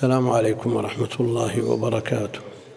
السلام عليكم ورحمة الله وبركاته.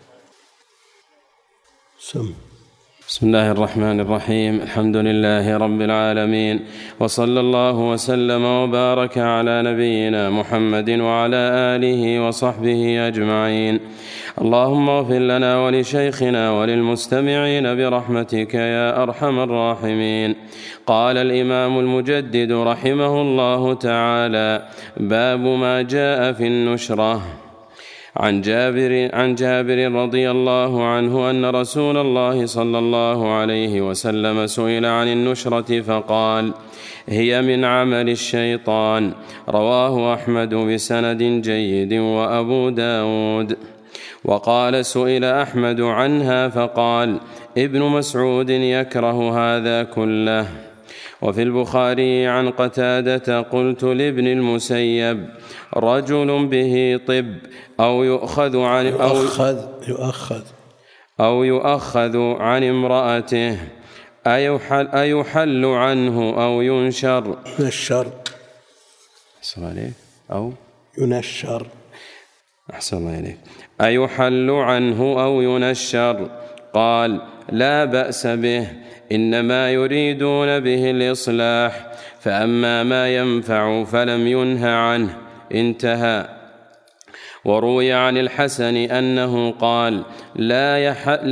بسم الله الرحمن الرحيم. الحمد لله رب العالمين، وصلى الله وسلم وبارك على نبينا محمد وعلى آله وصحبه أجمعين. اللهم اغفر لنا ولشيخنا وللمستمعين برحمتك يا أرحم الراحمين. قال الإمام المجدد رحمه الله تعالى: باب ما جاء في النشرة. عن جابر رضي الله عنه أن رسول الله صلى الله عليه وسلم سئل عن النشرة فقال: هي من عمل الشيطان. رواه أحمد بسند جيد وأبو داود. وقال: سئل أحمد عنها فقال: ابن مسعود يكره هذا كله. وفي البخاري عن قتادة: قلت لابن المسيب: رجل به طب أو يؤخذ عن امرأته أيحل عنه أو ينشر؟ أحسن الله إليك. أيحل عنه أو ينشر؟ قال: لا بأس به، إنما يريدون به الإصلاح، فأما ما ينفع فلم ينه عنه. انتهى. وروي عن الحسن أنه قال: لا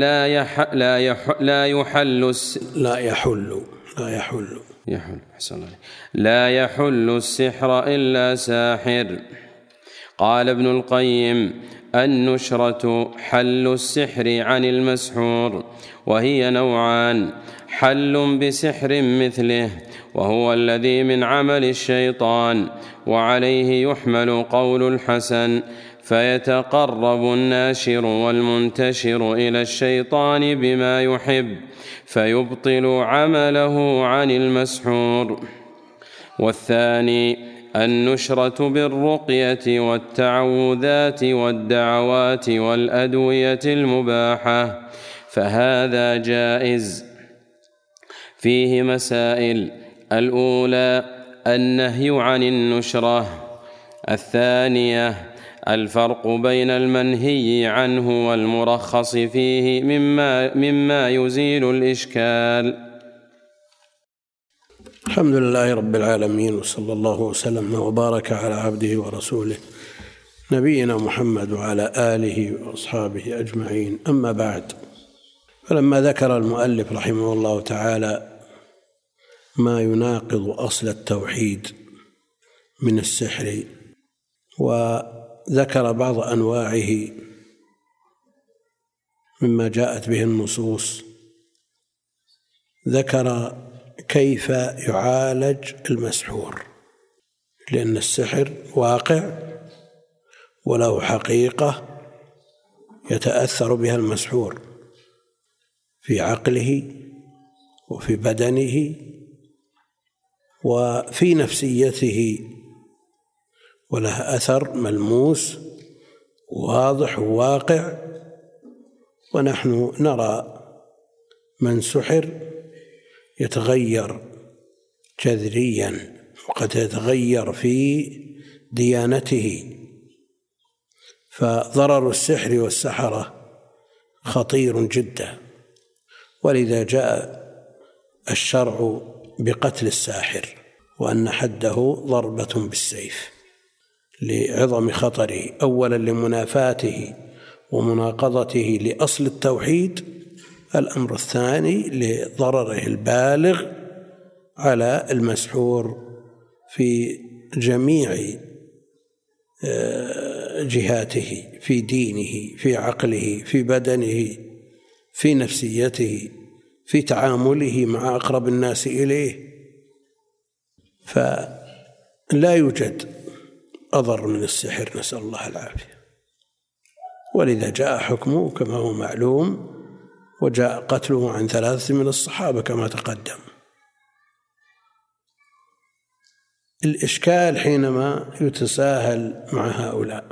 يحل السحر إلا ساحر. قال ابن القيم: النشرة حل السحر عن المسحور، وهي نوعان: حل بسحر مثله وهو الذي من عمل الشيطان، وعليه يحمل قول الحسن: فيتقرب الناشر والمنتشر إلى الشيطان بما يحب فيبطل عمله عن المسحور. والثاني النشرة بالرقية والتعوذات والدعوات والأدوية المباحة، فهذا جائز. فيه مسائل: الأولى النهي عن النشرة. الثانية الفرق بين المنهي عنه والمرخص فيه مما يزيل الإشكال. الحمد لله رب العالمين، وصلى الله وسلم وبارك على عبده ورسوله نبينا محمد وعلى آله وأصحابه أجمعين. أما بعد، فلما ذكر المؤلف رحمه الله تعالى ما يناقض أصل التوحيد من السحر، وذكر بعض أنواعه مما جاءت به النصوص، ذكر كيف يعالج المسحور، لأن السحر واقع وله حقيقة يتأثر بها المسحور في عقله وفي بدنه وفي نفسيته، وله أثر ملموس واضح وواقع. ونحن نرى من سحر يتغير جذريا، وقد يتغير في ديانته. فضرر السحر والسحرة خطير جدا، ولذا جاء الشرع بقتل الساحر، وأن حده ضربة بالسيف لعظم خطره، أولا لمنافاته ومناقضته لأصل التوحيد، الأمر الثاني لضرره البالغ على المسحور في جميع جهاته، في دينه، في عقله، في بدنه، في نفسيته، في تعامله مع أقرب الناس إليه. فلا يوجد أضر من السحر، نسأل الله العافية. ولذا جاء حكمه كما هو معلوم، وجاء قتله عن 3 من الصحابة كما تقدم. الإشكال حينما يتساهل مع هؤلاء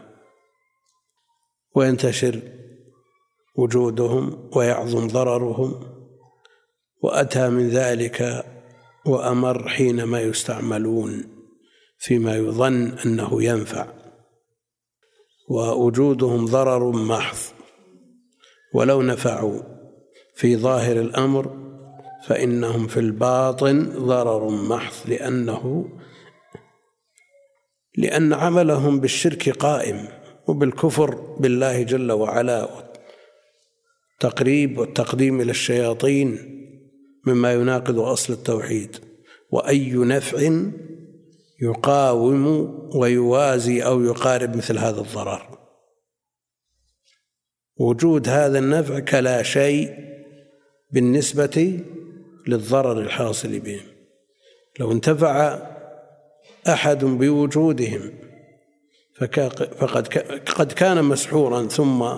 وينتشر وجودهم ويعظم ضررهم، وأتى من ذلك وأمر حينما يستعملون فيما يظن أنه ينفع، ووجودهم ضرر محض، ولو نفعوا في ظاهر الأمر فإنهم في الباطن ضرر محض، لأن عملهم بالشرك قائم، وبالكفر بالله جل وعلا، والتقريب والتقديم إلى الشياطين مما يناقض أصل التوحيد. وأي نفع يقاوم ويوازي أو يقارب مثل هذا الضرر؟ وجود هذا النفع كلا شيء بالنسبة للضرر الحاصل بهم. لو انتفع أحد بوجودهم فقد كان مسحورا ثم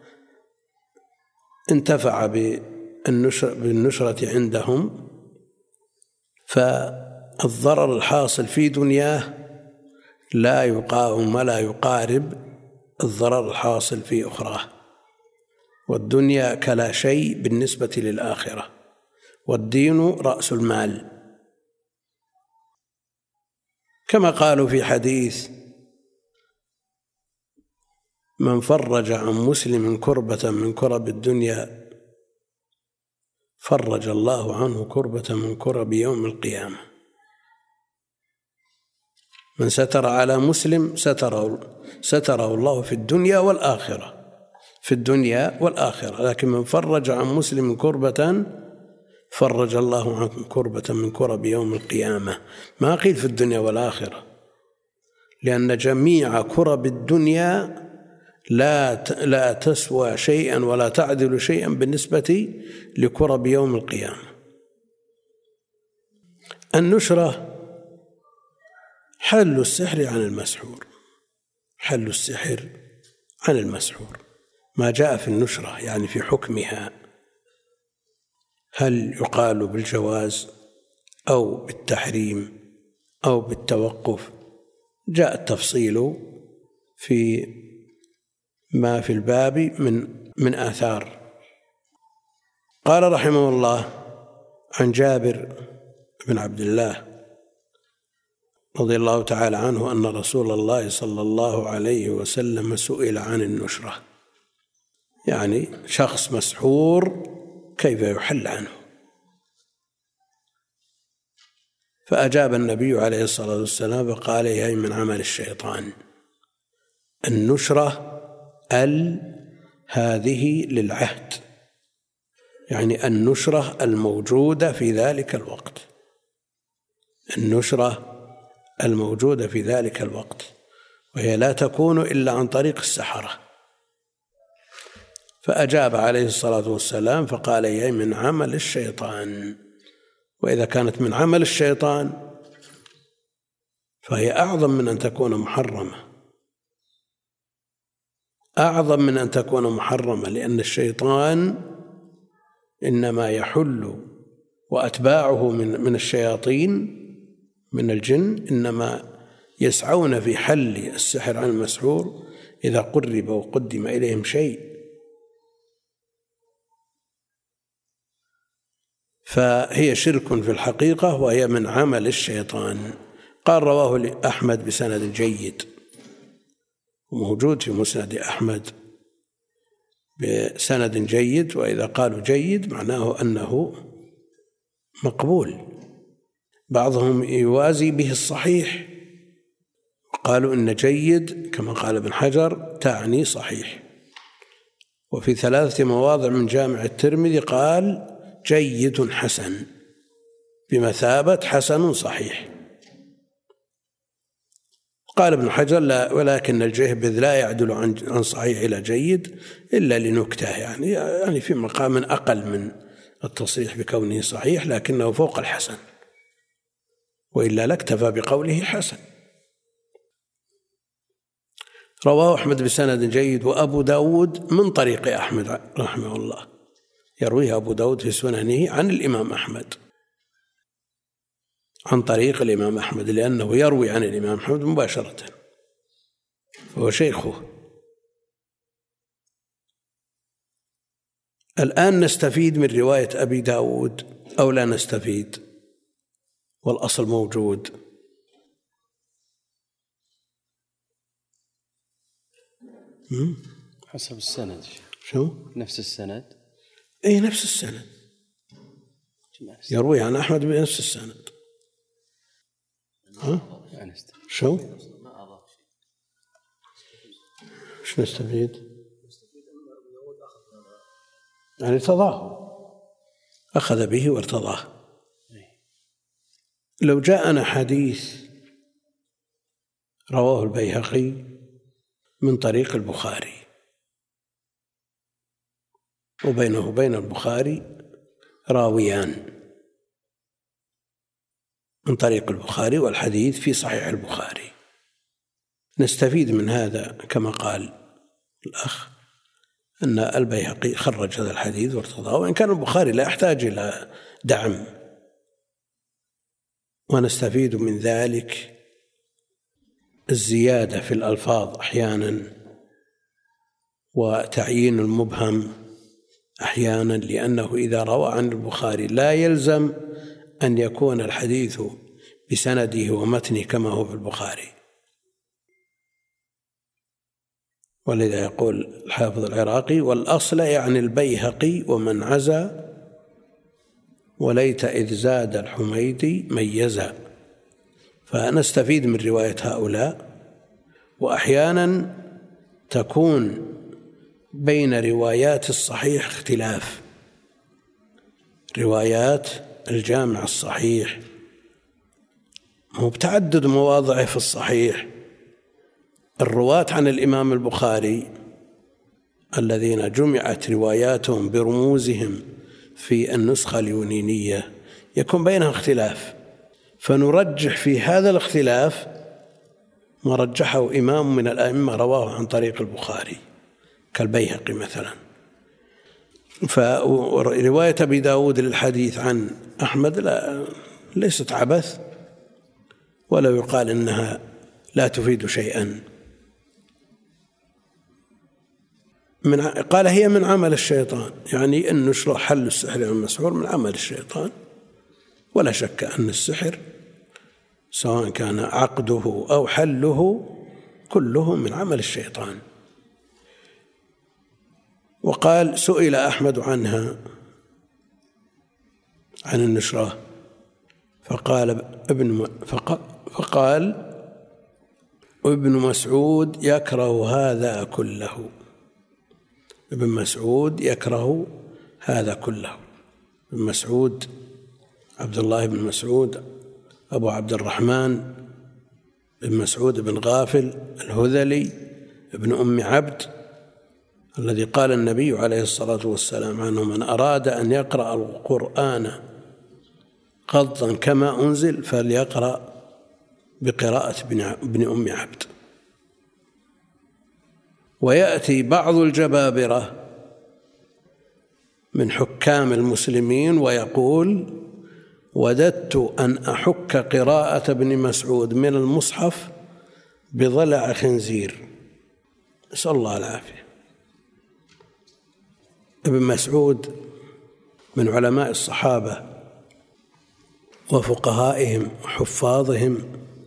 انتفع بالنشرة عندهم، فالضرر الحاصل في دنياه لا يقاوم ولا يقارب الضرر الحاصل في أخراه. والدنيا كلا شيء بالنسبة للآخرة، والدين رأس المال، كما قالوا في حديث: من فرج عن مسلم كربة من كرب الدنيا فرج الله عنه كربة من كرب يوم القيامة. من ستر على مسلم ستره الله في الدنيا والآخرة، لكن من فرج عن مسلم كربة فرج الله عنه كربة من كرب يوم القيامة. ما قيل في الدنيا والآخرة، لأن جميع كرب الدنيا لا تسوى شيئا ولا تعدل شيئا بالنسبة لكرب يوم القيامة. النشرة حل السحر عن المسحور، ما جاء في النشرة يعني في حكمها، هل يقال بالجواز أو بالتحريم أو بالتوقف؟ جاء التفصيل في ما في الباب من آثار. قال رحمه الله: عن جابر بن عبد الله رضي الله تعالى عنه أن رسول الله صلى الله عليه وسلم سئل عن النشرة، يعني شخص مسحور كيف يحل عنه؟ فأجاب النبي عليه الصلاة والسلام فقال: هي من عمل الشيطان. النشرة هذه للعهد، يعني النشرة الموجودة في ذلك الوقت، وهي لا تكون إلا عن طريق السحرة. فأجاب عليه الصلاة والسلام فقال: هي من عمل الشيطان. وإذا كانت من عمل الشيطان فهي أعظم من أن تكون محرمة، لأن الشيطان إنما يحل، وأتباعه من الشياطين من الجن إنما يسعون في حل السحر عن المسحور إذا قرب وقدم إليهم شيء. فهي شرك في الحقيقة، وهي من عمل الشيطان. قال: رواه أحمد بسند جيد، وموجود في مسند أحمد بسند جيد. وإذا قالوا جيد معناه أنه مقبول. بعضهم يوازي به الصحيح، قالوا إن جيد كما قال ابن حجر تعني صحيح. وفي 3 مواضع من جامع الترمذي قال: جيد حسن، بمثابة حسن صحيح. قال ابن حجر: لا، ولكن الجهبذ لا يعدل عن صحيح إلى جيد إلا لنكتة، يعني في مقام أقل من التصريح بكونه صحيح، لكنه فوق الحسن، وإلا لاكتفى بقوله حسن. رواه أحمد بسند جيد، وأبو داود من طريق أحمد رحمه الله، يرويه أبو داود في سننه عن الإمام أحمد، عن طريق الإمام أحمد، لأنه يروي عن الإمام أحمد مباشرة، وهو شيخه. الآن نستفيد من رواية أبي داود أو لا نستفيد؟ والأصل موجود. حسب السند. شو؟ نفس السند؟ اي نفس السند، يروي عن أحمد بنفس السند. شو؟ ايش نستفيد؟ يعني ارتضاه، أخذ به وارتضاه. لو جاءنا حديث رواه البيهقي من طريق البخاري وبينه وبين البخاري راويان من طريق البخاري والحديث في صحيح البخاري، نستفيد من هذا كما قال الأخ أن البيهقي خرج هذا الحديث وارتضاه، وإن كان البخاري لا يحتاج إلى دعم. ونستفيد من ذلك الزيادة في الألفاظ أحيانا وتعيين المبهم أحيانا، لأنه إذا روى عن البخاري لا يلزم أن يكون الحديث بسنده ومتنه كما هو في البخاري. ولذا يقول الحافظ العراقي: والأصل يعني البيهقي ومن عزا، وليت إذ زاد الحميدي ميزا. فنستفيد من رواية هؤلاء. وأحيانا تكون بين روايات الصحيح اختلاف، روايات الجامع الصحيح هو بتعدد مواضعه في الصحيح. الرواة عن الإمام البخاري الذين جمعت رواياتهم برموزهم في النسخة اليونانية يكون بينها اختلاف، فنرجح في هذا الاختلاف ما رجحه إمام من الأئمة رواه عن طريق البخاري كالبيهقي مثلا. فرواية أبي داود للحديث عن أحمد ليست عبث، ولا يقال إنها لا تفيد شيئا. قال هي من عمل الشيطان، يعني أن نشرح حل السحر والمسحور من عمل الشيطان. ولا شك أن السحر سواء كان عقده أو حله كله من عمل الشيطان. وقال: سئل أحمد عنها، عن النشرة، فقال ابن مسعود يكره هذا كله. ابن مسعود يكره هذا كله. ابن مسعود عبد الله بن مسعود أبو عبد الرحمن بن مسعود بن غافل الهذلي ابن أم عبد، الذي قال النبي عليه الصلاة والسلام عنه: من أراد أن يقرأ القرآن غضا كما أنزل فليقرأ بقراءة ابن أم عبد. ويأتي بعض الجبابرة من حكام المسلمين ويقول: وددت أن أحك قراءة ابن مسعود من المصحف بضلع خنزير. نسأل الله العافية. ابن مسعود من علماء الصحابة وفقهائهم وحفاظهم،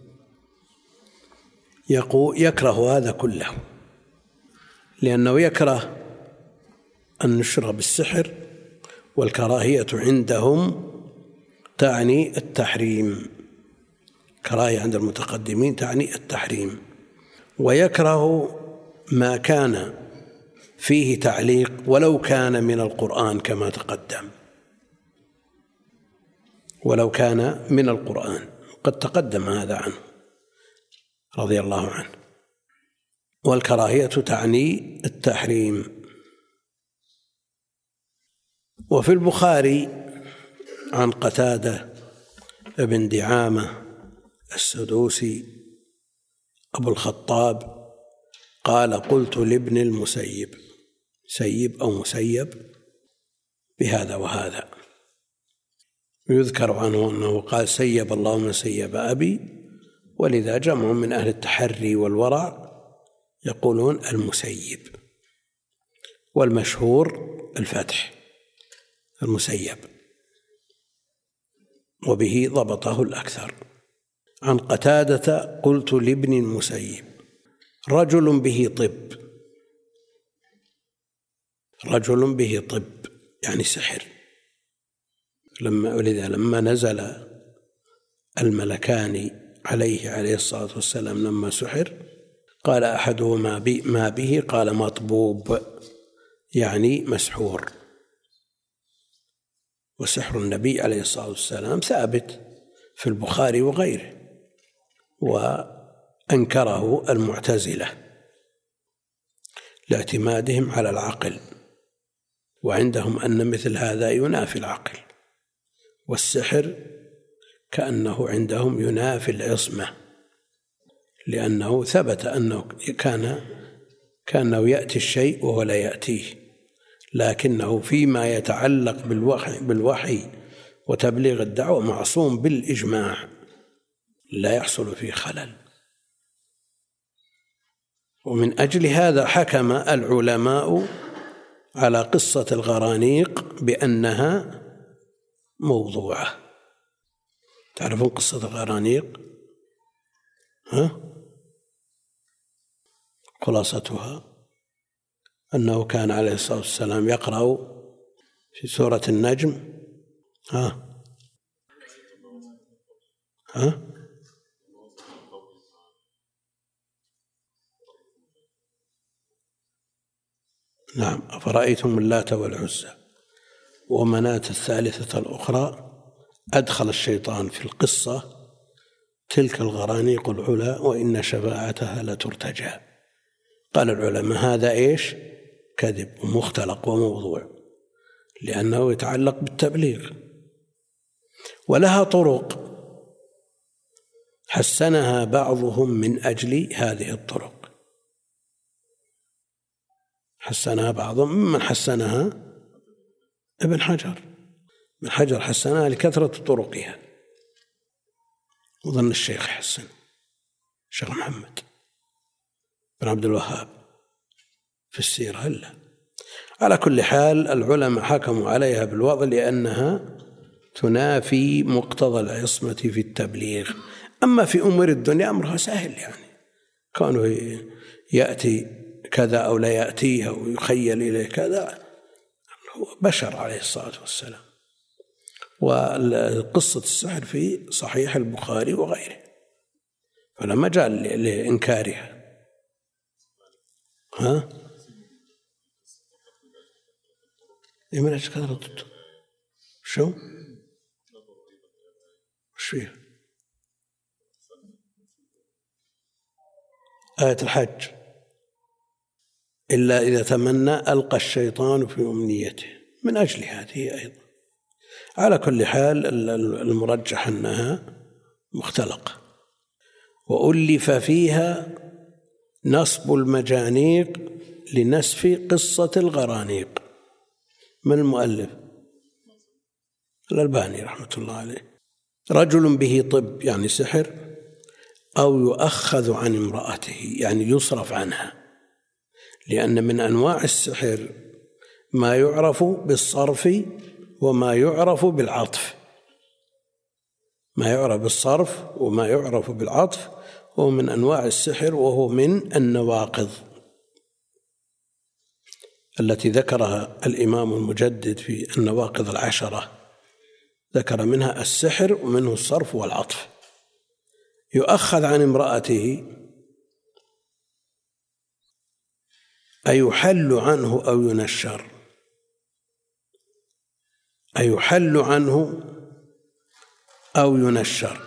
يكره هذا كله، لأنه يكره النشر بالسحر، والكراهية عندهم تعني التحريم. كراهية عند المتقدمين تعني التحريم. ويكره ما كان فيه تعليق ولو كان من القرآن كما تقدم، ولو كان من القرآن، قد تقدم هذا عنه رضي الله عنه. والكراهية تعني التحريم. وفي البخاري عن قتادة بن دعامة السدوسي أبو الخطاب قال: قلت لابن المسيب، سيب أو مسيب، بهذا وهذا. يذكر عنه أنه قال: سيب الله من سيب أبي. ولذا جمع من أهل التحري والورع يقولون المسيب، والمشهور الفتح المسيب، وبه ضبطه الأكثر. عن قتادة: قلت لابن المسيب: رجل به طب، رجل به طب يعني سحر. لما نزل الملكان عليه الصلاة والسلام لما سحر، قال أحدهما ما به، قال مطبوب يعني مسحور. وسحر النبي عليه الصلاة والسلام ثابت في البخاري وغيره، وأنكره المعتزلة لاعتمادهم على العقل، وعندهم أن مثل هذا ينافي العقل، والسحر كأنه عندهم ينافي العصمة، لأنه ثبت أنه كأنه يأتي الشيء وهو لا يأتيه، لكنه فيما يتعلق بالوحي وتبليغ الدعوة معصوم بالإجماع، لا يحصل فيه خلل. ومن أجل هذا حكم العلماء على قصة الغرانيق بأنها موضوعة. تعرفون قصة الغرانيق؟ خلاصتها أنه كان عليه الصلاة والسلام يقرأ في سورة النجم نعم، أفرأيتم اللات والعزى ومناة الثالثة الأخرى، أدخل الشيطان في القصة تلك الغرانيق العلا وإن شفاعتها لترتجى. قال العلماء هذا إيش؟ كذب ومختلق وموضوع، لأنه يتعلق بالتبليغ، ولها طرق حسنها بعضهم من أجل هذه الطرق. حسنها بعضهم، ممن حسنها ابن حجر حسنها لكثرة طرقها، وظن الشيخ حسن، الشيخ محمد بن عبد الوهاب في السيرة هلا. على كل حال العلماء حكموا عليها بالوضع لأنها تنافي مقتضى العصمة في التبليغ. أما في أمور الدنيا أمرها سهل، يعني كانوا يأتي كذا أو لا يأتيها ويخيل إليه كذا، هو بشر عليه الصلاة والسلام. وقصة السحر في صحيح البخاري وغيره، فلا مجال لإنكارها. من أجل كثرة شو؟ وش فيها؟ آية الحج إلا إذا تمنى ألقى الشيطان في أمنيته، من أجل هذه أيضا. على كل حال المرجح أنها مختلقة. وألف فيها نصب المجانيق لنسف قصة الغرانيق. من المؤلف؟ الألباني رحمة الله عليه. رجل به طب يعني سحر، أو يؤخذ عن امرأته يعني يصرف عنها، لأن من أنواع السحر ما يعرف بالصرف وما يعرف بالعطف. ما يعرف بالصرف وما يعرف بالعطف هو من أنواع السحر، وهو من النواقض التي ذكرها الإمام المجدد في النواقض العشرة، ذكر منها السحر ومنه الصرف والعطف. يؤخذ عن امرأته أيحل عنه أو ينشر، أيحل عنه أو ينشر.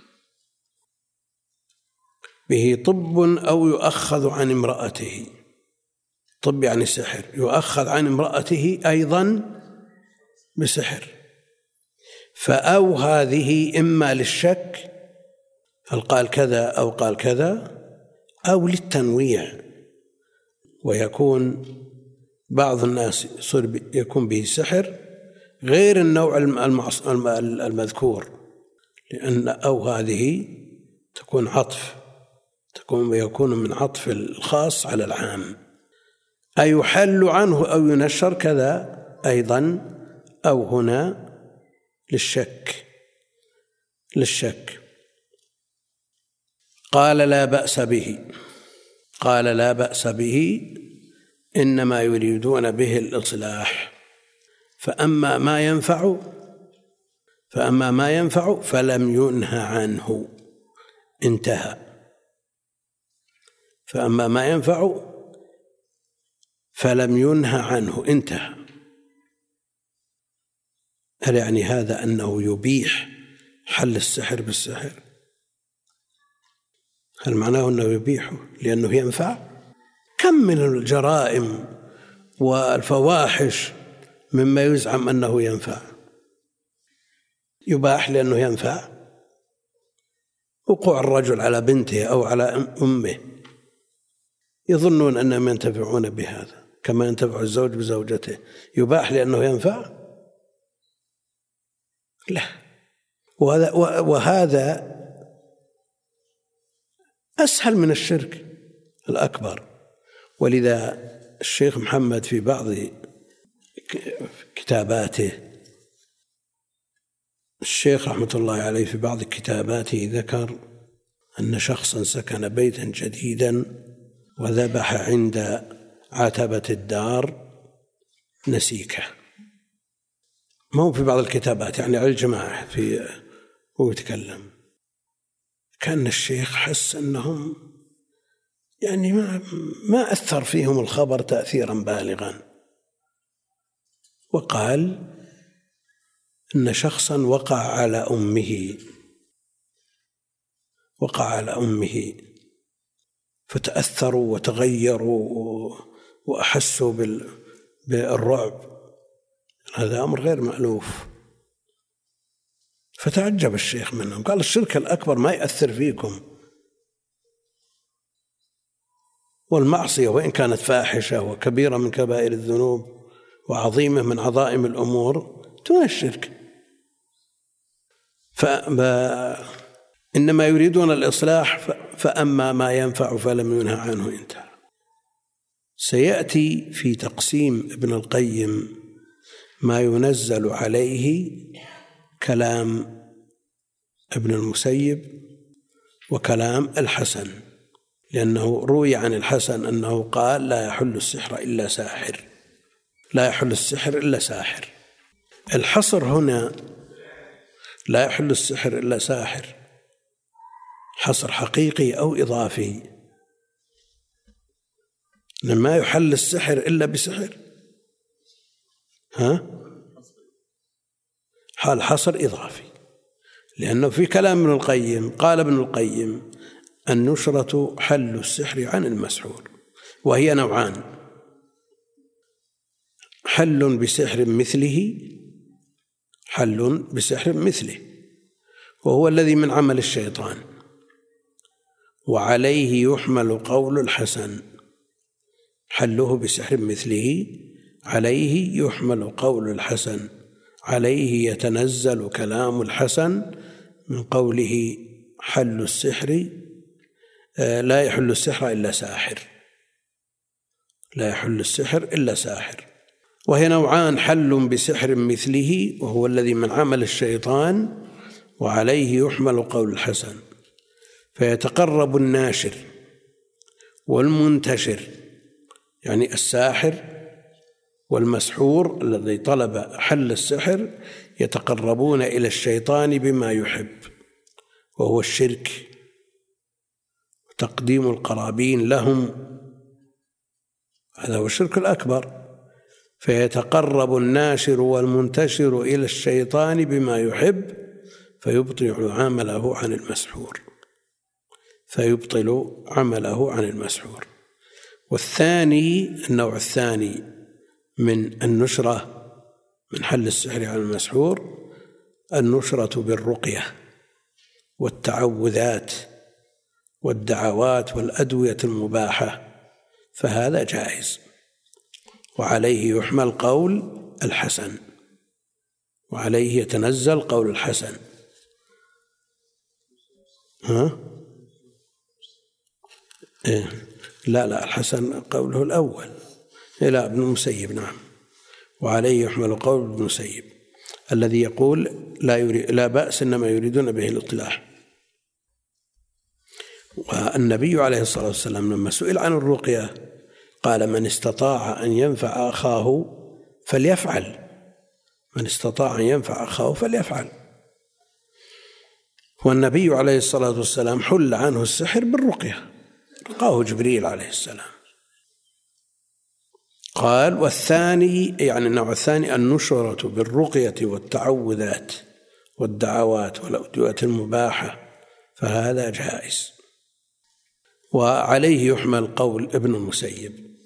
به طب أو يؤخذ عن امرأته. طب يعني سحر، يؤخذ عن امرأته أيضا بسحر. فأو هذه إما للشك هل قال كذا أو قال كذا، أو للتنويع، ويكون بعض الناس يكون به سحر غير النوع المذكور، لأن أو هذه تكون عطف، يكون من عطف الخاص على العام. أيحل عنه أو ينشر كذا أيضا، أو هنا للشك. قال لا بأس به. قال لا بأس به إنما يريدون به الإصلاح، فأما ما ينفع فلم ينهى عنه، انتهى. فأما ما ينفع فلم ينهى عنه، انتهى. هل يعني هذا أنه يبيح حل السحر بالسحر؟ هل معناه أنه يبيحه لأنه ينفع؟ كم من الجرائم والفواحش مما يزعم أنه ينفع يباح لأنه ينفع. وقوع الرجل على بنته أو على أمه يظنون أنهم ينتفعون بهذا كما ينتفع الزوج بزوجته، يباح لأنه ينفع؟ لا. وهذا أسهل من الشرك الأكبر. ولذا الشيخ محمد في بعض كتاباته، الشيخ رحمة الله عليه في بعض كتاباته ذكر أن شخصا سكن بيتا جديدا وذبح عند عتبة الدار نسيكة. ما هو في بعض الكتابات، يعني على الجماعة هو يتكلم. كان الشيخ حس أنهم يعني ما أثر فيهم الخبر تأثيرا بالغا، وقال إن شخصا وقع على أمه فتأثروا وتغيروا وأحسوا بالرعب. هذا أمر غير مألوف. فتعجب الشيخ منهم، قال الشرك الأكبر ما يأثر فيكم، والمعصية وإن كانت فاحشة وكبيرة من كبائر الذنوب وعظيمة من عظائم الأمور دون الشرك. إنما يريدون الإصلاح، فأما ما ينفع فلم ينهى عنه، انتهى. سيأتي في تقسيم ابن القيم ما ينزل عليه كلام ابن المسيب وكلام الحسن، لأنه روي عن الحسن أنه قال لا يحل السحر إلا ساحر، لا يحل السحر إلا ساحر. الحصر هنا لا يحل السحر إلا ساحر، حصر حقيقي أو إضافي؟ ما يحل السحر إلا بسحر، حال حصر إضافي، لأنه في كلام ابن القيم قال ابن القيم النشرة حل السحر عن المسحور، وهي نوعان: حل بسحر مثله وهو الذي من عمل الشيطان، وعليه يحمل قول الحسن. حله بسحر مثله عليه يحمل قول الحسن، عليه يتنزل كلام الحسن من قوله حل السحر لا يحل السحر إلا ساحر، لا يحل السحر إلا ساحر. وهي نوعان: حل بسحر مثله وهو الذي من عمل الشيطان، وعليه يحمل قول الحسن. فيتقرب الناشر والمنتشر، يعني الساحر والمسحور الذي طلب حل السحر، يتقربون إلى الشيطان بما يحب، وهو الشرك، تقديم القرابين لهم، هذا هو الشرك الأكبر. فيتقرب الناشر والمنتشر إلى الشيطان بما يحب فيبطل عمله عن المسحور. والثاني، النوع الثاني من النشرة من حل السحر عن المسحور، النشرة بالرقية والتعوذات والدعوات والأدوية المباحة، فهذا جائز، وعليه يحمل قول الحسن، وعليه يتنزل قول الحسن. لا الحسن قوله الأول، لا ابن المسيب، نعم. وعليه يحمل قول ابن المسيب الذي يقول لا بأس إنما يريدون به الإطلاح. والنبي عليه الصلاة والسلام لما سئل عن الرقية قال من استطاع أن ينفع أخاه فليفعل، من استطاع أن ينفع أخاه فليفعل. والنبي عليه الصلاة والسلام حل عنه السحر بالرقية، رقاه جبريل عليه السلام. قال والثاني، يعني النوع الثاني، النشرة بالرقية والتعوذات والدعوات والأدوية المباحة، فهذا جائز. وعليه يحمل قول ابن المسيب.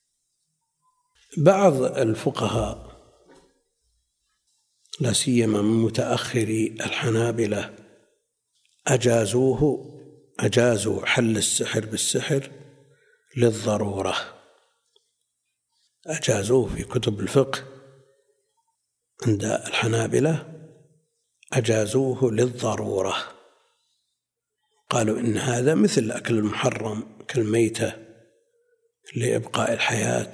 بعض الفقهاء لا سيما من متأخري الحنابلة أجازوا حل السحر بالسحر للضرورة، أجازوه في كتب الفقه عند الحنابلة، أجازوه للضرورة، قالوا إن هذا مثل أكل المحرم كالميتة لإبقاء الحياة.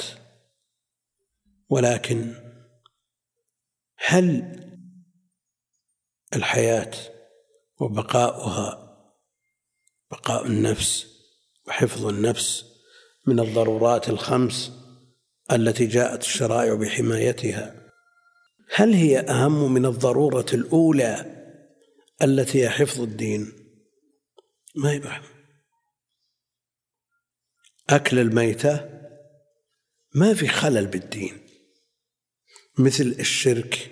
ولكن هل الحياة وبقاؤها، بقاء النفس وحفظ النفس، من الضرورات الخمس التي جاءت الشرائع بحمايتها، هل هي أهم من الضرورة الأولى التي هي حفظ الدين؟ ما يبقى. أكل الميتة ما في خلل بالدين مثل الشرك،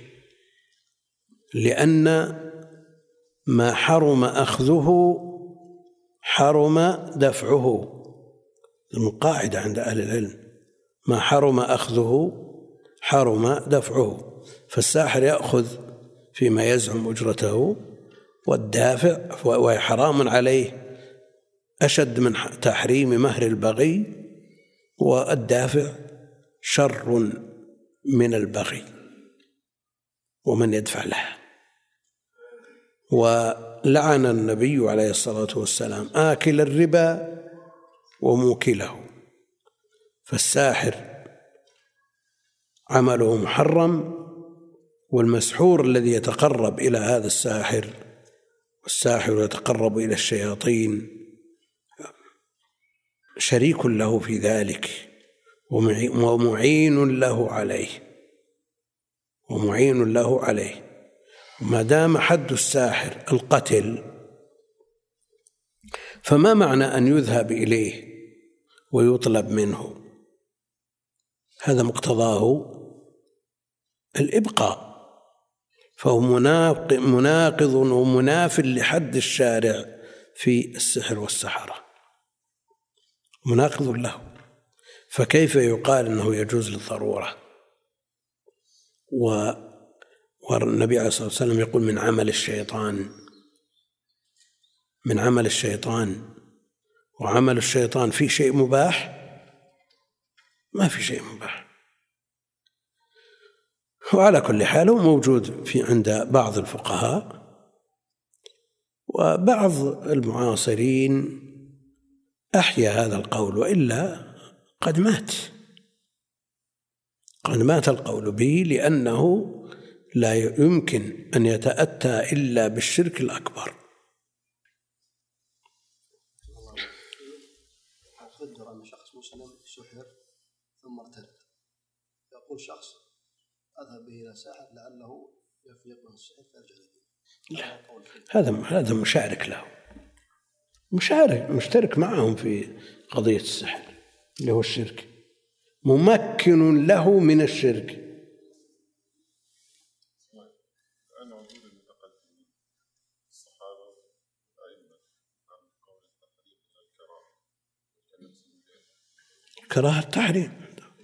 لأن ما حرم أخذه حرم دفعه، القاعدة عند أهل العلم، ما حرم أخذه حرم دفعه. فالساحر يأخذ فيما يزعم أجرته، والدافع وحرام عليه أشد من تحريم مهر البغي، والدافع شر من البغي ومن يدفع له. ولعن النبي عليه الصلاة والسلام آكل الربا وموكله، فالساحر عمله محرم، والمسحور الذي يتقرب إلى هذا الساحر، والساحر يتقرب إلى الشياطين، شريك له في ذلك ومعين له عليه. وما دام حد الساحر القتل، فما معنى أن يذهب إليه ويطلب منه؟ هذا مقتضاه الإبقاء، فهو مناقض ومناف لحد الشارع في السحر والسحرة، مناقض له، فكيف يقال أنه يجوز للضرورة؟ والنبي عليه الصلاة والسلام يقول من عمل الشيطان، وعمل الشيطان في شيء مباح؟ ما في شيء مباح. وعلى كل حال هو موجود عند بعض الفقهاء، وبعض المعاصرين أحيا هذا القول، وإلا قد مات القول به، لأنه لا يمكن أن يتأتى إلا بالشرك الأكبر. قدر أن شخص مسلم سحر ثم ارتد، يقول شخص أذهب به إلى ساحر لعله يفيق من السحر فيرجع له. هذا مشارك له، مشترك معهم في قضية السحر اللي هو الشرك، ممكن له من الشرك. كراهة التحريم،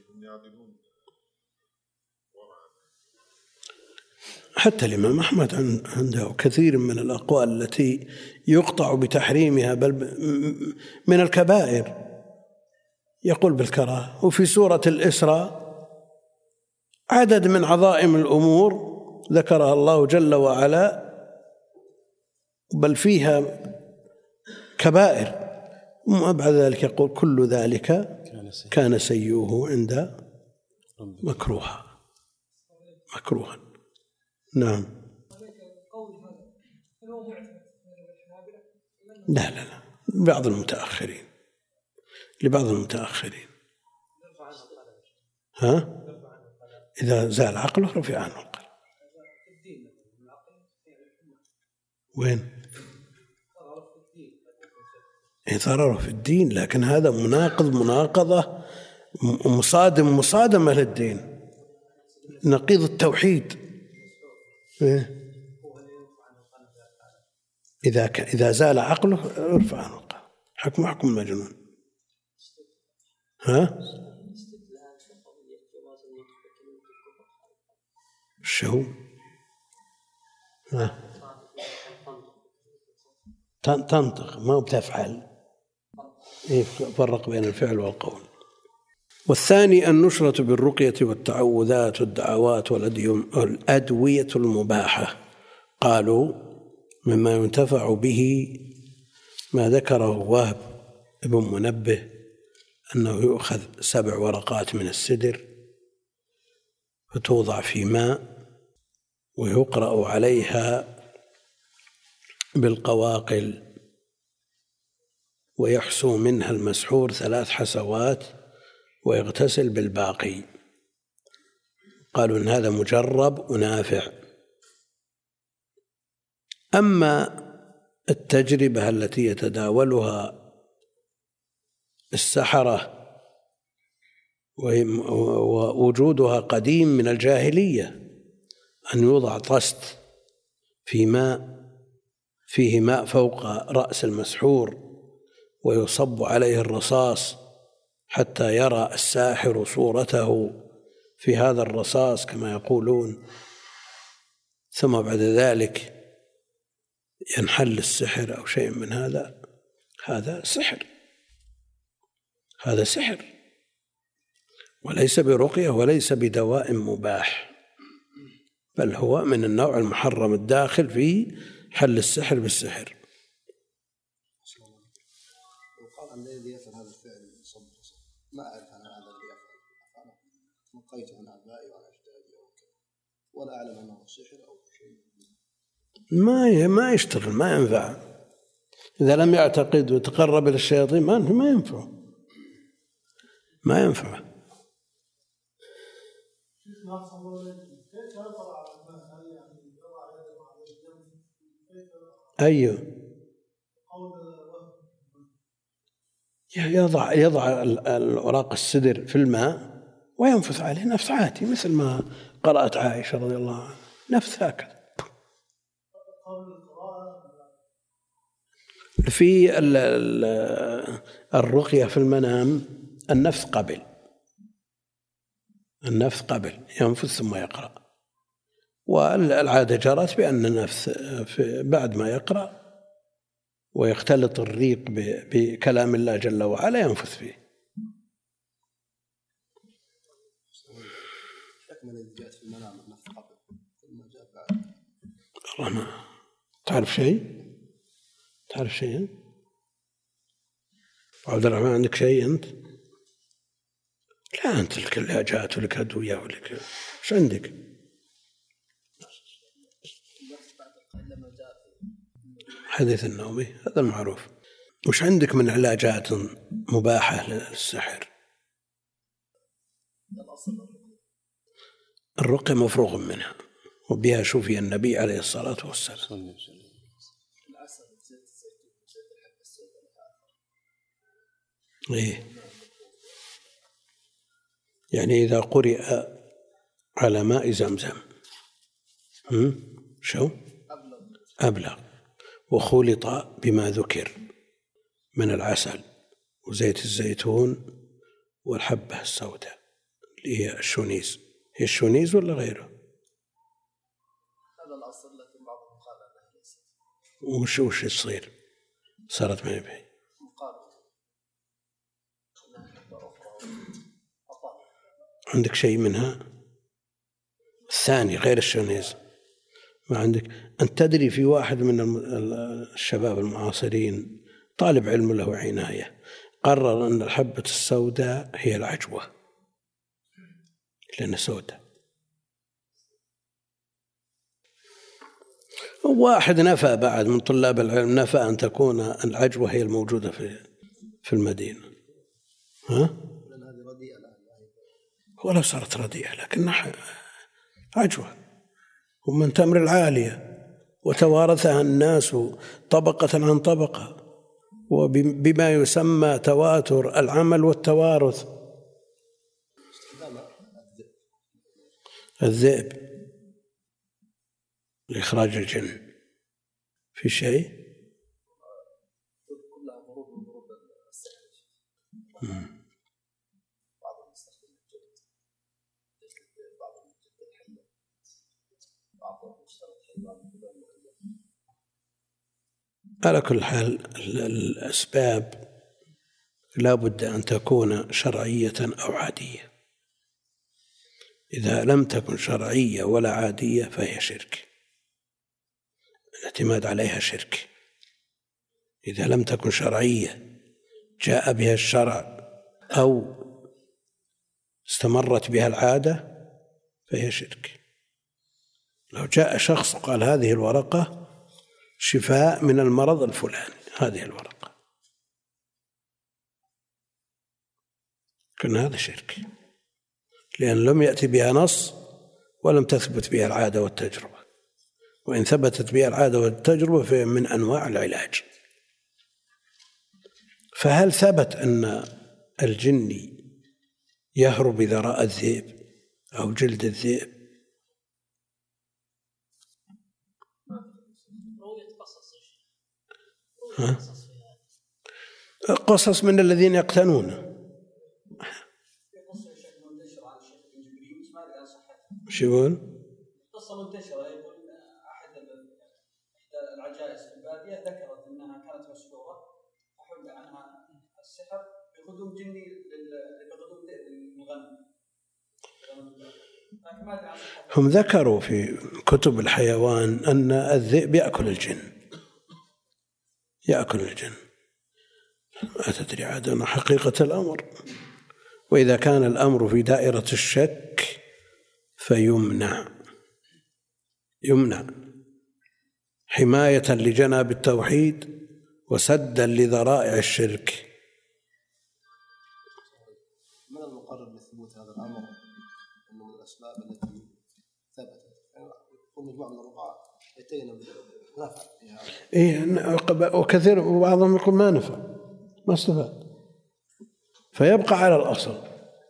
حتى الإمام أحمد عنده كثير من الأقوال التي يقطع بتحريمها، بل من الكبائر يقول بالكراهة. وفي سورة الإسراء عدد من عظائم الأمور ذكرها الله جل وعلا، بل فيها كبائر، وبعد ذلك يقول كل ذلك كان سيئه عند مكروها. نعم. لا لبعض المتأخرين. ها؟ إذا زال عقله رفع عنه القلم. وين؟ ضرره في الدين، لكن هذا مناقضة مصادمة للدين، نقيض التوحيد. إذا زال عقله ارفع عنه القلم، حكم المجنون. ها؟ شو؟ ها؟ تنطق ما بتفعل. فرق بين الفعل والقول. والثاني النشرة بالرقية والتعوذات والدعوات والأدوية المباحة. قالوا مما ينتفع به ما ذكره وهب ابن منبه أنه يؤخذ 7 ورقات من السدر فتوضع في ماء ويقرأ عليها بالقواقل ويحسو منها المسحور 3 حسوات ويغتسل بالباقي. قالوا إن هذا مجرب ونافع. أما التجربة التي يتداولها السحرة ووجودها قديم من الجاهلية، أن يوضع طست في ماء فيه ماء فوق رأس المسحور ويصب عليه الرصاص حتى يرى الساحر صورته في هذا الرصاص كما يقولون، ثم بعد ذلك ينحل السحر أو شيء من هذا. هذا سحر، هذا سحر وليس برقية وليس بدواء مباح، بل هو من النوع المحرم الداخل في حل السحر بالسحر. وقال الذي يفعل هذا الفعل ما أعرف أنا هذا الذي يفعل، نقيت عن آبائي وعن أجدادي ولا أعلم أنه سحر أو شيء. ما يشتغل، ما ينفع. إذا لم يعتقد وتقرب إلى الشياطين ما ينفع، ما ينفع. أيوه، يضع الأوراق السدر في الماء وينفث عليه نفث عادي مثل ما قرأت عائشة رضي الله عنها، نفث هكذا. في الرقية في المنام النفث قبل ينفث ثم يقرأ، والعادة جرت بأن النفث بعد ما يقرأ ويختلط الريق بكلام الله جل وعلا ينفث فيه. والله ما تعرف شيء عبد الرحمن؟ عندك شيء أنت؟ لا، أنت لك العلاجات ولك أدوية ولك إيش عندك؟ حديث النومي هذا المعروف. وش عندك من علاجات مباحة للسحر؟ الرقية مفروغ منها وبها شفي النبي عليه الصلاة والسلام. إيه؟ يعني إذا قرئ على ماء زمزم شو؟ أبلغ، وخلط بما ذكر من العسل وزيت الزيتون والحبة السوداء اللي هي الشونيز. هي الشونيز ولا غيره؟ هذا الأصل، لكن بعضهم قال أنها ليست. وش يصير؟ صارت ما يبهي عندك شيء منها؟ الثاني غير الشونيز ما عندك؟ أنت تدري في واحد من الشباب المعاصرين طالب علم له عناية قرر أن الحبة السوداء هي العجوة لأنها سوداء. واحد نفى بعد من طلاب العلم نفى أن تكون العجوة هي الموجودة في المدينة. ها؟ ولا صارت رديئة لكنها عجوة، ومن تمر العالية وتوارثها الناس طبقة عن طبقة، وبما يسمى تواتر العمل والتوارث. الذئب لإخراج الجن في شيء. على كل حال الأسباب لا بد أن تكون شرعية أو عادية. إذا لم تكن شرعية ولا عادية فهي شرك، الاعتماد عليها شرك. إذا لم تكن شرعية جاء بها الشرع أو استمرت بها العادة فهي شرك. لو جاء شخص وقال هذه الورقة شفاء من المرض الفلاني، هذه الورقة، كان هذا شرك، لأن لم يأتي بها نص ولم تثبت بها العادة والتجربة، وإن ثبتت بها العادة والتجربة فهي من أنواع العلاج. فهل ثبت أن الجني يهرب إذا رأى الذئب أو جلد الذئب؟ قصص من الذين يقتنون. شو يقول؟ قصة منتشرة، يقول أحد العجائز في البادية ذكرت أنها كانت مسحورة أحل عنها السحر بقدوم جني بقدوم المغنم. هم ذكروا في كتب الحيوان أن الذئب يأكل الجن، يأكل الجن، ما تدري عاد حقيقة الأمر. وإذا كان الأمر في دائرة الشك فيمنع، يمنع حماية لجناب التوحيد وسدا لذرائع الشرك. من المقرر لثبوت هذا الأمر أنه من الأسباب التي ثبتت يكون مجموعة من الرقعاء يتينا بنفع إيه، وكثير وبعضهم يقول ما نفع، ما استفاد، فيبقى على الأصل.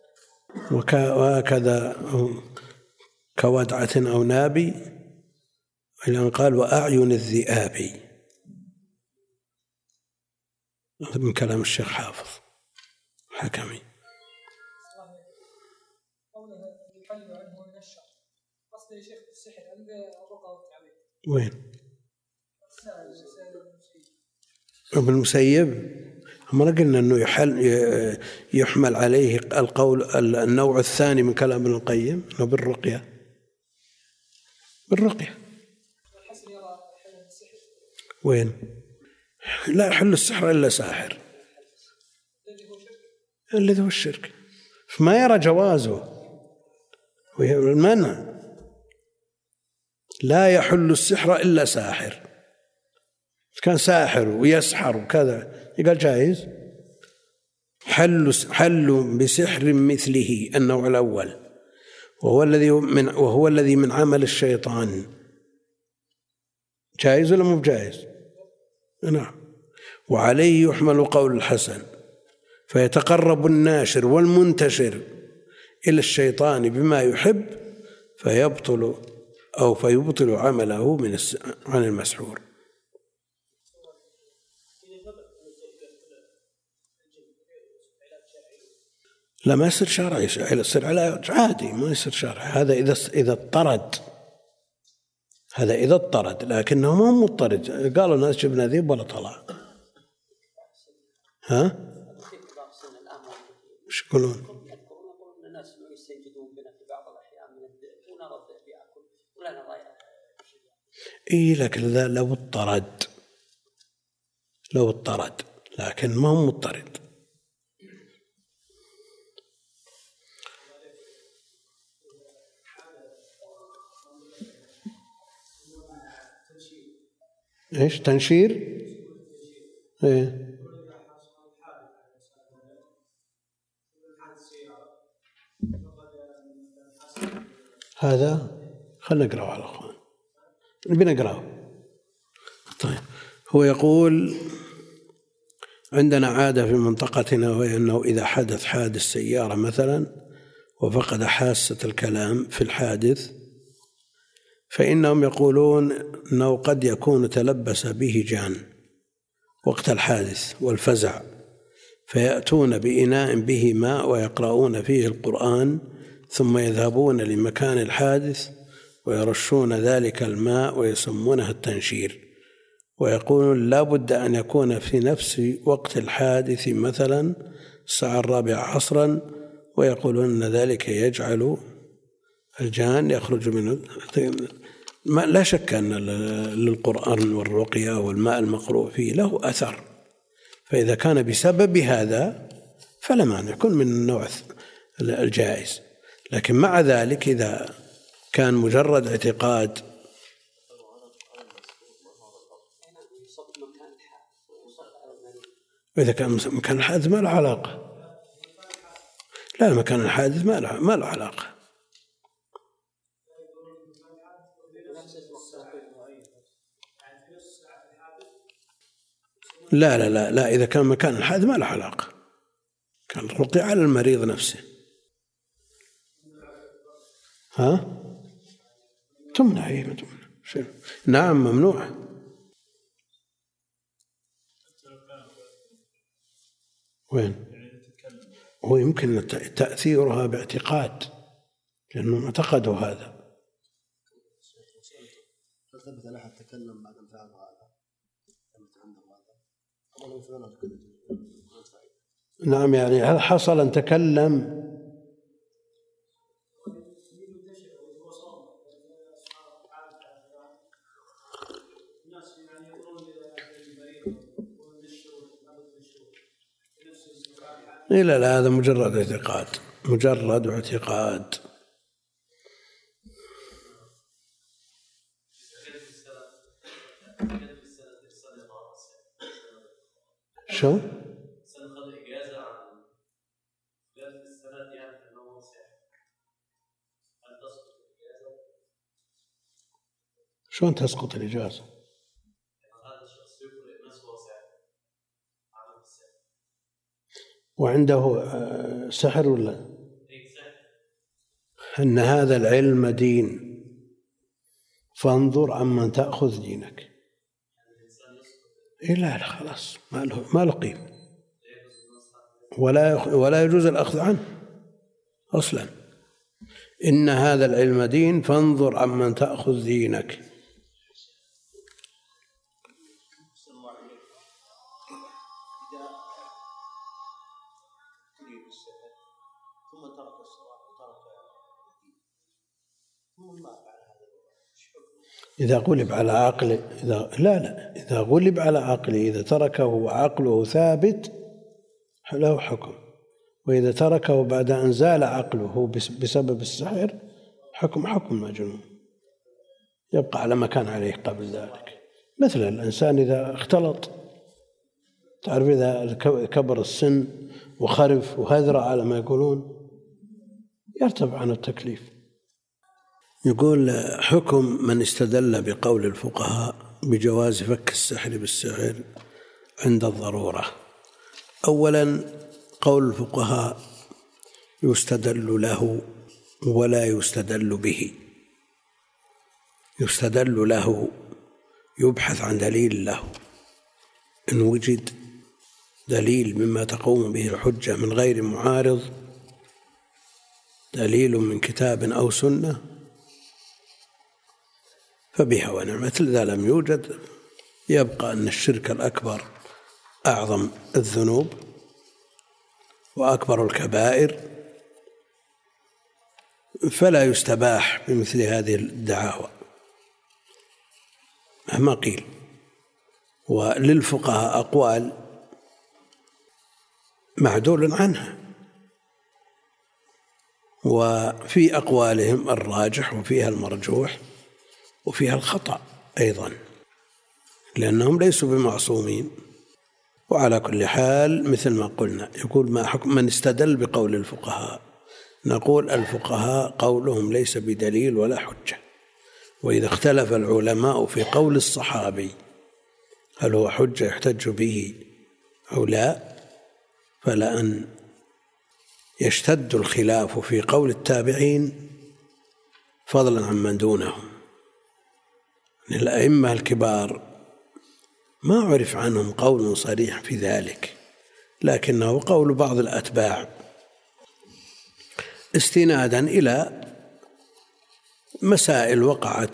وكذا كودعة أو نابي، إلى قال وأعين الذئاب، من كلام الشيخ حافظ حكمي. وين؟ ابن المسيب ما قلنا أنه يحمل عليه القول النوع الثاني من كلام ابن القيم أنه بالرقية، بالرقية. وين؟ لا يحل السحر إلا ساحر، الذي هو الشرك، فما يرى جوازه والمنع. لا يحل السحر إلا ساحر، كان ساحر ويسحر وكذا يقال جائز. حل بسحر مثله النوع الأول وهو الذي من عمل الشيطان، جائز ولا مو جائز؟ نعم. وعليه يحمل قول الحسن، فيتقرب الناشر والمنتشر إلى الشيطان بما يحب فيبطل عمله عن المسحور. لا ما يصير شرعي، يصير علاج عادي، ما يصير شرعي. هذا إذا اضطرد، هذا إذا اضطرد، لكنه ما هو مضطرد. قالوا الناس جبنا ذيب ولا طلع. ها؟ وش يقولون؟ يقولون الناس يستنجدون بنا في بعض الأحيان من الذئب ونرى الذئب يأكل ولا نرى إيه، لكن لو اضطرد لكن ما هو مضطرد. إيش تنشير؟ إيه. هذا خلنا نقرأه على الأخوان، بنقرأه. طيب، هو يقول: عندنا عادة في منطقتنا، وهي أنه إذا حدث حادث سيارة مثلا وفقد حاسة الكلام في الحادث، فإنهم يقولون أنه قد يكون تلبس به جان وقت الحادث والفزع، فيأتون بإناء به ماء ويقرؤون فيه القرآن، ثم يذهبون لمكان الحادث ويرشون ذلك الماء ويسمونه التنشير، ويقولون لا بد أن يكون في نفس وقت الحادث مثلا الساعة 4 عصرا، ويقولون أن ذلك يجعل الجان يخرج منه. لا شك أن للقرآن والرقية والماء المقروء فيه له أثر، فإذا كان بسبب هذا فلا مانع، يكون من النوع الجائز. لكن مع ذلك إذا كان مجرد اعتقاد وإذا كان مكان الحادث ما له علاقة. لا، مكان الحادث ما له علاقة. لا لا لا لا، إذا كان مكان الحادث ما له علاقة، كان الرقية على المريض نفسه. ها؟ تمنع. إيه، تمنع. نعم، ممنوع. وين؟ هو يمكن تأثيرها باعتقاد، لأنهم اعتقدوا هذا. ثبت أن أحد تكلم بعد أن فعل هذا. نعم، يعني هل حصل أن تكلم؟ لا لا، هذا مجرد اعتقاد، مجرد اعتقاد. شو؟ شلون تسقط الإجازة؟ وعنده سحر ولا؟ أن هذا العلم دين، فانظر عمن تأخذ دينك. إيه لا خلاص، ما له قيمة، ولا يجوز الأخذ عنه أصلا. إن هذا العلم دين فانظر عمن تأخذ دينك. إذا غلب على عقله، إذا غلب على عقله، إذا تركه وعقله ثابت له حكم، وإذا تركه بعد أن زال عقله بسبب السحر حكم مجنون، يبقى على ما كان عليه قبل ذلك. مثل الإنسان إذا اختلط، تعرف إذا كبر السن وخرف وهذرة على ما يقولون، يرتفع عن التكليف. يقول: حكم من استدل بقول الفقهاء بجواز فك السحر بالسحر عند الضرورة. أولا، قول الفقهاء يستدل له ولا يستدل به. يستدل له، يبحث عن دليل له، إن وجد دليل مما تقوم به الحجة من غير معارض، دليل من كتاب أو سنة، فبها ونعمت. إذا لم يوجد يبقى أن الشرك الأكبر أعظم الذنوب وأكبر الكبائر، فلا يستباح بمثل هذه الدعاوى مهما قيل. وللفقهاء أقوال معدول عنها، وفي أقوالهم الراجح وفيها المرجوح وفيها الخطأ أيضا، لأنهم ليسوا بمعصومين. وعلى كل حال مثل ما قلنا، يقول: ما حكم من استدل بقول الفقهاء. نقول الفقهاء قولهم ليس بدليل ولا حجة، وإذا اختلف العلماء في قول الصحابي هل هو حجة يحتج به أو لا، فلا أن يشتد الخلاف في قول التابعين فضلا عن من دونهم. الأئمة الكبار ما عرف عنهم قول صريح في ذلك، لكنه قول بعض الأتباع استنادا إلى مسائل وقعت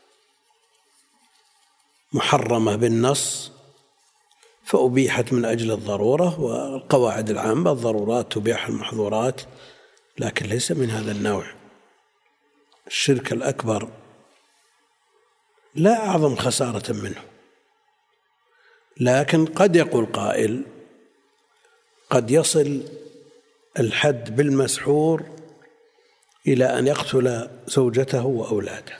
محرمة بالنص فأبيحت من أجل الضرورة، والقواعد العامة الضرورات تبيح المحظورات، لكن ليس من هذا النوع. الشرك الأكبر لا أعظم خسارة منه، لكن قد يقول قائل قد يصل الحد بالمسحور إلى أن يقتل زوجته وأولاده.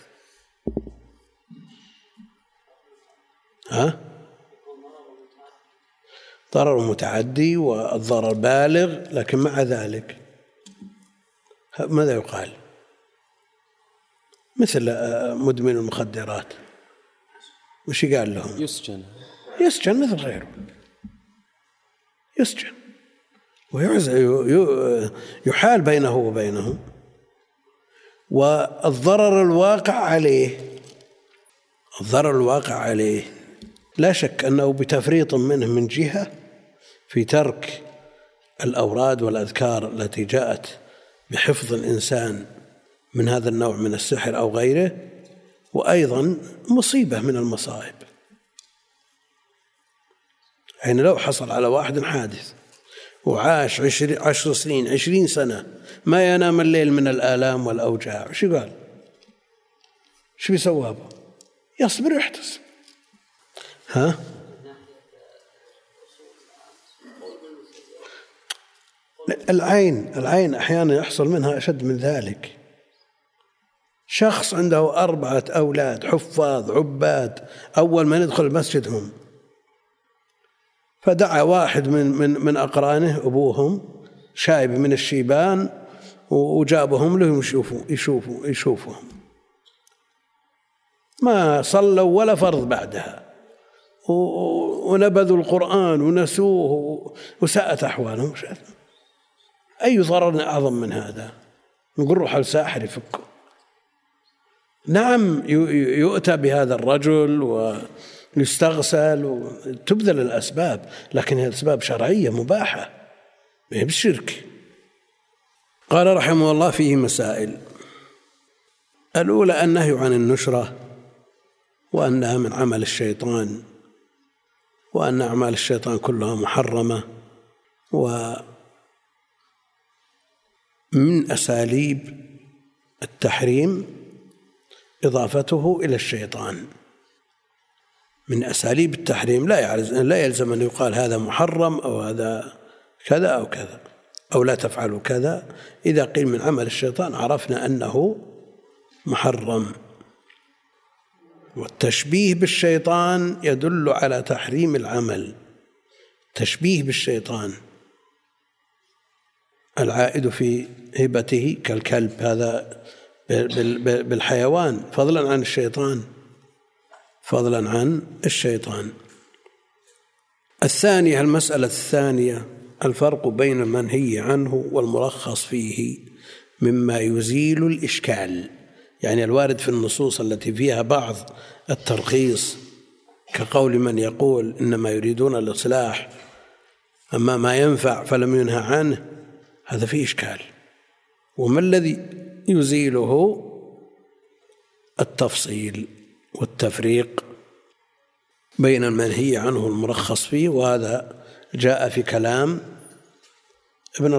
ضرر متعدي والضرر بالغ، لكن مع ذلك ماذا يقال؟ مثل مدمن المخدرات وش قال لهم؟ يسجن مثل غيره، يسجن ويحال بينه وبينهم. والضرر الواقع عليه لا شك أنه بتفريط منه من جهة في ترك الأوراد والأذكار التي جاءت بحفظ الإنسان من هذا النوع من السحر أو غيره، وأيضا مصيبة من المصائب. يعني لو حصل على واحد حادث وعاش 10 سنين 20 سنة ما ينام الليل من الآلام والأوجاع، شو قال؟ شو بيسوى؟ يصبر ويحتسب. العين أحيانا يحصل منها أشد من ذلك. شخص عنده 4 أولاد حفاظ عباد، أول ما ندخل المسجد هم، فدعا واحد من أقرانه أبوهم شايب من الشيبان وجابهم لهم يشوفهم، ما صلوا ولا فرض بعدها، ونبذوا القرآن ونسوه وساءت أحوالهم. أي ضرر أعظم من هذا؟ نقول روح الساحر يفكه. نعم يؤتى بهذا الرجل ويستغسل وتبذل الأسباب، لكن هي أسباب شرعية مباحة، ما هي بالشرك. قال رحمه الله فيه مسائل. الأولى النهي عن النشرة، وأنها من عمل الشيطان، وأن أعمال الشيطان كلها محرمة، ومن أساليب التحريم إضافته إلى الشيطان. من أساليب التحريم لا يلزم أن يقال هذا محرم أو هذا كذا أو كذا أو لا تفعلوا كذا. إذا قيل من عمل الشيطان عرفنا أنه محرم. والتشبيه بالشيطان يدل على تحريم العمل. تشبيه بالشيطان العائد في هبته كالكلب، هذا بالحيوان فضلا عن الشيطان. الثانية، المسألة الثانية، الفرق بين المنهي عنه والمرخص فيه مما يزيل الإشكال، يعني الوارد في النصوص التي فيها بعض الترخيص كقول من يقول إنما يريدون الإصلاح أما ما ينفع فلم ينهى عنه، هذا فيه إشكال. وما الذي يزيله؟ التفصيل والتفريق بين المنهي عنه والمرخص فيه، وهذا جاء في كلام ابن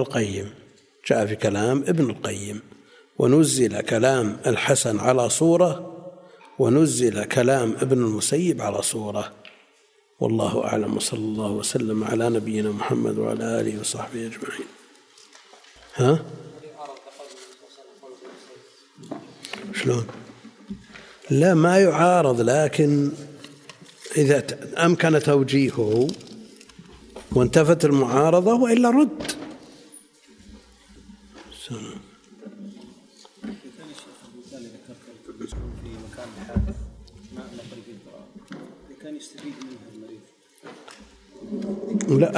القيم. ونزل كلام الحسن على صورة، ونزل كلام ابن المسيب على صورة. والله أعلم، وصلى الله وسلم على نبينا محمد وعلى آله وصحبه أجمعين. شلون؟ لا ما يعارض، لكن إذا أمكن توجيهه وانتفت المعارضة، وإلا رد. في مكان الحادث ما نقل فيه القرآن كان يستفيد منها المريض. لا،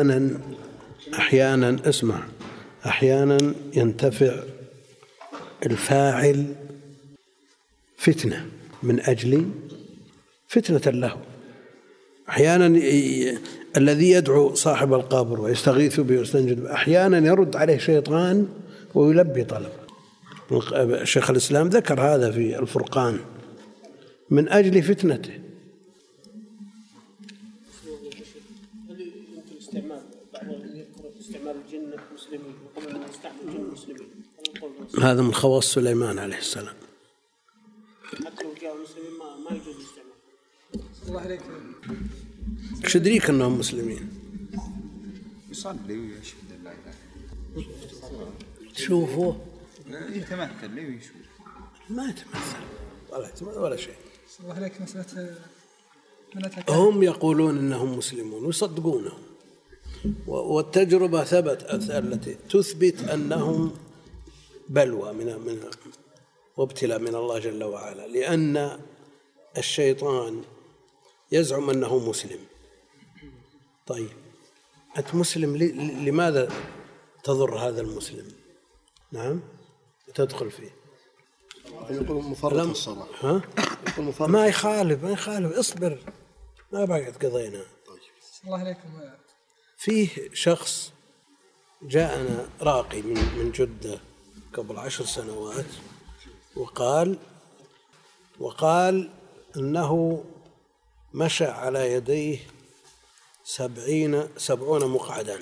أحيانا اسمع، أحيانا ينتفع الفاعل فتنة من أجل فتنة له. أحيانا الذي يدعو صاحب القبر ويستغيث به ويستنجد أحيانا يرد عليه شيطان ويلبي طلب. شيخ الإسلام ذكر هذا في الفرقان من أجل فتنته. يمكن استعمال استعمال الجن المسلمين وقبل أن يستعمل الجن المسلمين هذا من خواص سليمان عليه السلام. حتى لو جاء المسلمين ما يجوز الاستعمال. الله عليك. ايش يدريك انهم مسلمين؟ يصلي ويشهد لا اله الا الله. تشوفه يتمثل لي ويشوف. ما يتمثل ولا شيء. الله عليك. مسألة هم يقولون انهم مسلمون ويصدقونهم، والتجربة التي تثبت انهم بلوى من وابتلاء من الله جل وعلا، لأن الشيطان يزعم أنه مسلم. طيب أنت مسلم، لماذا تضر هذا المسلم؟ نعم، تدخل فيه. يقول مفرط الصلاة. ها؟ ما يخالف اصبر، ما بعد قضينا. الله عليكم. فيه شخص جاءنا راقي من جدة قبل 10 سنوات وقال أنه مشى على يديه 70 مقعدا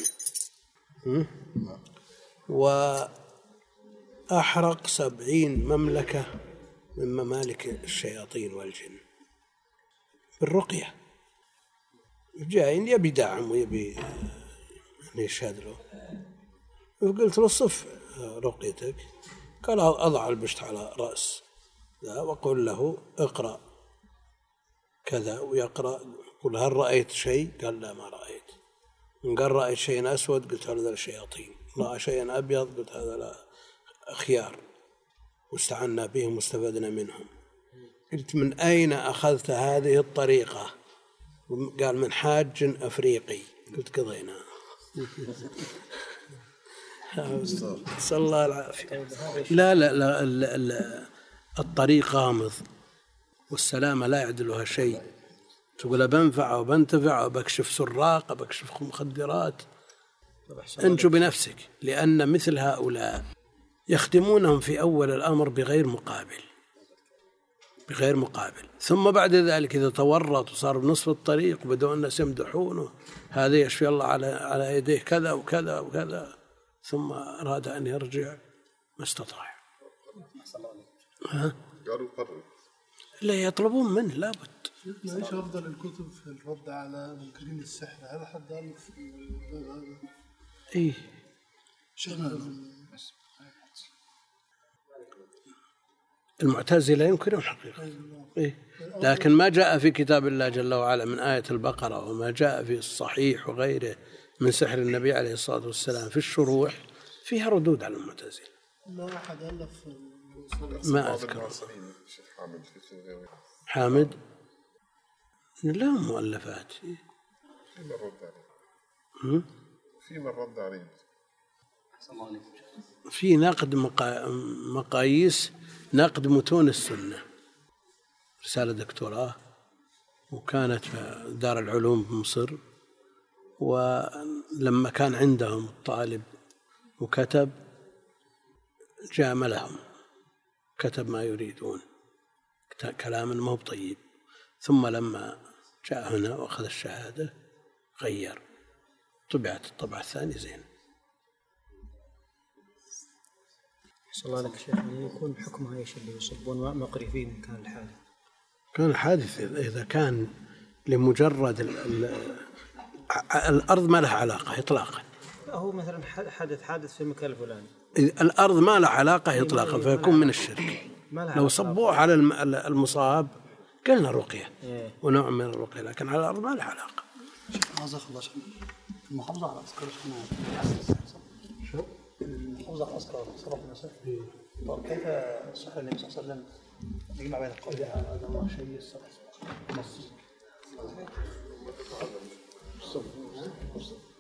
وأحرق 70 مملكة من ممالك الشياطين والجن بالرقية. جاين يبي دعم ويبي يشهد له، وقلت له صف رقيتك. قال أضع البشت على رأس وقل له اقرأ كذا، ويقرأ. قل هل رأيت شيء؟ قال لا ما رأيت. قال رأيت شيء أسود؟ قلت هذا الشياطين. رأى شيئا أبيض؟ قلت هذا لا خيار، واستعنا بهم واستفدنا منهم. قلت من أين أخذت هذه الطريقة؟ قال من حاج أفريقي. قلت قضينا. صلى الله العافية. لا الطريق غامض والسلامة لا يعدلها شيء. تقول بنفع وبنتفع وبكشف سراق وبكشف مخدرات، انجو بنفسك، لأن مثل هؤلاء يخدمونهم في أول الأمر بغير مقابل، ثم بعد ذلك إذا تورط وصار بنصف الطريق وبدأوا الناس يمدحونه، هذا يشفي الله على يديه كذا وكذا وكذا، ثم أراد أن يرجع ما استطاع. قالوا قرر لا يطلبون منه لابد. ايش افضل الكتب في الرد على منكرين السحر؟ هذا حد الف ايه المعتزلة ينكرون الحقيقة، إيه؟ لكن ما جاء في كتاب الله جل وعلا من آية البقرة وما جاء في الصحيح وغيره من سحر النبي عليه الصلاة والسلام في الشروح فيها ردود على المعتزلة. ما أحد ألف ما أذكر. حامد لا مؤلفات في من رد عليه في نقد مقاييس نقد متون السنة، رسالة دكتوراه، وكانت في دار العلوم بمصر. ولما كان عندهم الطالب وكتب جاملهم، كتب ما يريدون، كلاما ما هو طيب، ثم لما جاء هنا وأخذ الشهادة غير، طبعت الطبعة الثانية زين. صلى الله عليك شيخ، يكون حكمها ايش اللي يصبون مقري فيه من كان الحادث؟ كان الحادث إذا كان لمجرد الأرض ما لها علاقة إطلاقا. هو مثلا حادث في المكان الفلاني، الأرض ما لها علاقة إطلاقا فيكون من الشرك. لو صبوه على المصاب قلنا رقية ونوع من الرقية، لكن على الأرض ما لها علاقة. عزك الله شكرا. المحافظة على الأذكار شو؟ المحافظة على الأذكار صلاة المساء. طيب كيف صح النبي صلى الله عليه وسلم نجمع بين القول. هذا الله شيء يسر نص